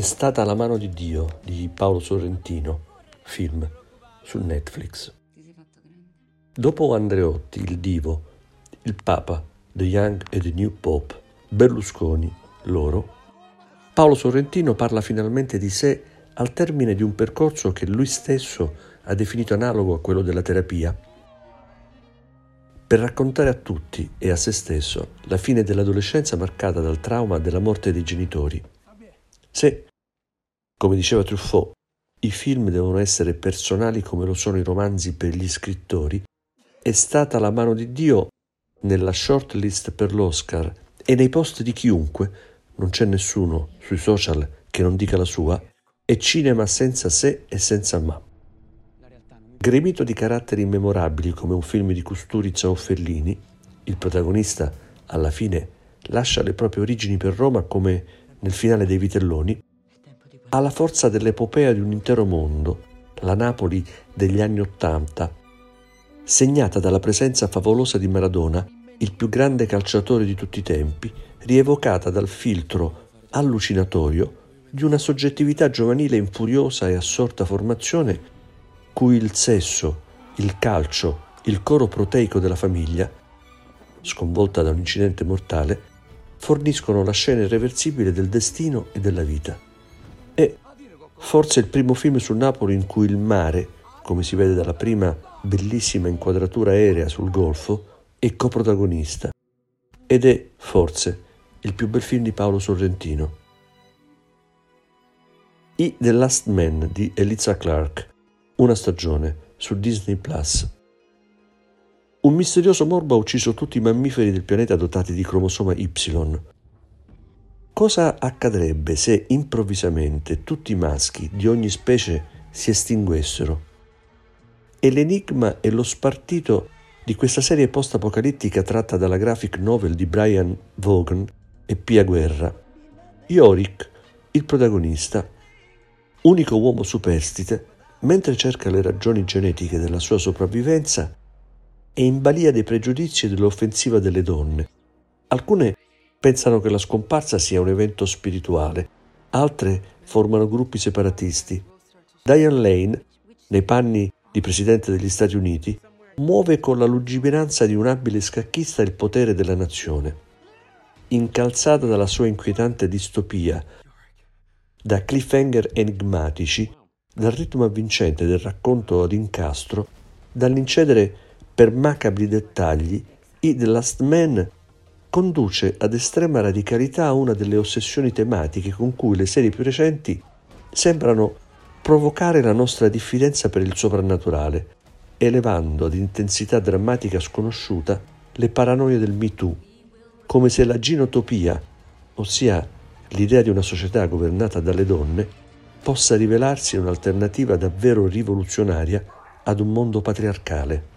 stata la mano di Dio di Paolo Sorrentino, film su Netflix. Dopo Andreotti, il Divo, il Papa, The Young e The New Pope, Berlusconi, loro, Paolo Sorrentino parla finalmente di sé al termine di un percorso che lui stesso ha definito analogo a quello della terapia, per raccontare a tutti e a se stesso la fine dell'adolescenza marcata dal trauma della morte dei genitori. Se, come diceva Truffaut, i film devono essere personali come lo sono i romanzi per gli scrittori, è stata la mano di Dio nella shortlist per l'Oscar e nei post di chiunque, non c'è nessuno sui social che non dica la sua, è cinema senza se e senza ma. Gremito di caratteri immemorabili come un film di Kusturica o Fellini, il protagonista, alla fine, lascia le proprie origini per Roma come nel finale dei Vitelloni, ha la forza dell'epopea di un intero mondo, la Napoli degli anni '80, segnata dalla presenza favolosa di Maradona, il più grande calciatore di tutti i tempi, rievocata dal filtro allucinatorio di una soggettività giovanile in furiosa e assorta formazione cui il sesso, il calcio, il coro proteico della famiglia, sconvolta da un incidente mortale, forniscono la scena irreversibile del destino e della vita. È forse il primo film sul Napoli in cui il mare, come si vede dalla prima bellissima inquadratura aerea sul Golfo, è coprotagonista. Ed è, forse, il più bel film di Paolo Sorrentino. I The Last Man di Elijah Clarke, una stagione su Disney+. Un misterioso morbo ha ucciso tutti i mammiferi del pianeta dotati di cromosoma Y. Cosa accadrebbe se improvvisamente tutti i maschi di ogni specie si estinguessero? E l'enigma è lo spartito di questa serie post-apocalittica tratta dalla graphic novel di Brian Vaughan e Pia Guerra. Yorick, il protagonista, unico uomo superstite, mentre cerca le ragioni genetiche della sua sopravvivenza, è in balia dei pregiudizi e dell'offensiva delle donne. Alcune pensano che la scomparsa sia un evento spirituale, altre formano gruppi separatisti. Diane Lane, nei panni di presidente degli Stati Uniti, muove con la lungimiranza di un abile scacchista il potere della nazione. Incalzata dalla sua inquietante distopia, da cliffhanger enigmatici, dal ritmo avvincente del racconto ad incastro, dall'incedere per macabri dettagli, i The Last Man conduce ad estrema radicalità una delle ossessioni tematiche con cui le serie più recenti sembrano provocare la nostra diffidenza per il soprannaturale, elevando ad intensità drammatica sconosciuta le paranoie del Me Too, come se la ginotopia, ossia l'idea di una società governata dalle donne, possa rivelarsi un'alternativa davvero rivoluzionaria ad un mondo patriarcale.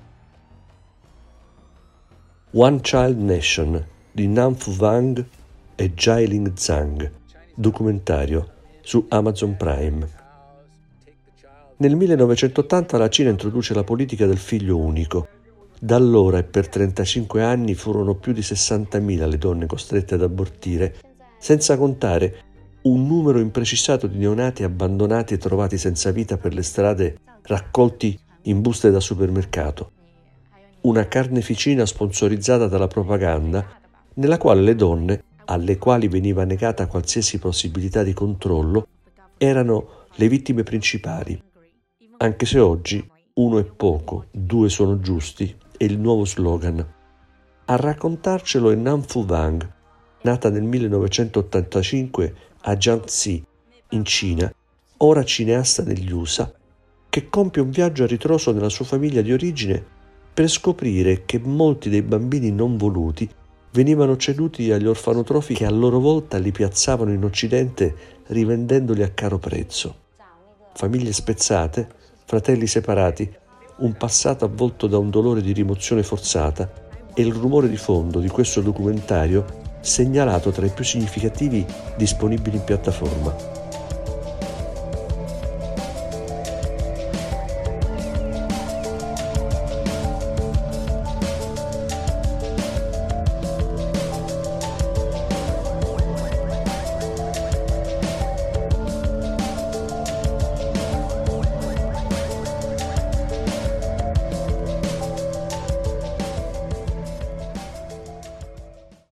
One Child Nation di Nam Phu Vang e Jailing Zhang, documentario su Amazon Prime. Nel 1980 la Cina introduce la politica del figlio unico. Da allora e per 35 anni furono più di 60.000 le donne costrette ad abortire, senza contare un numero imprecisato di neonati abbandonati e trovati senza vita per le strade, raccolti in buste da supermercato. Una carneficina sponsorizzata dalla propaganda, nella quale le donne, alle quali veniva negata qualsiasi possibilità di controllo, erano le vittime principali. Anche se oggi uno è poco, due sono giusti, è il nuovo slogan. A raccontarcelo è Nam Phu Vang, nata nel 1985 a Jiangxi, in Cina, ora cineasta negli USA, che compie un viaggio a ritroso nella sua famiglia di origine per scoprire che molti dei bambini non voluti venivano ceduti agli orfanotrofi che a loro volta li piazzavano in Occidente rivendendoli a caro prezzo. Famiglie spezzate, fratelli separati, un passato avvolto da un dolore di rimozione forzata e il rumore di fondo di questo documentario segnalato tra i più significativi disponibili in piattaforma.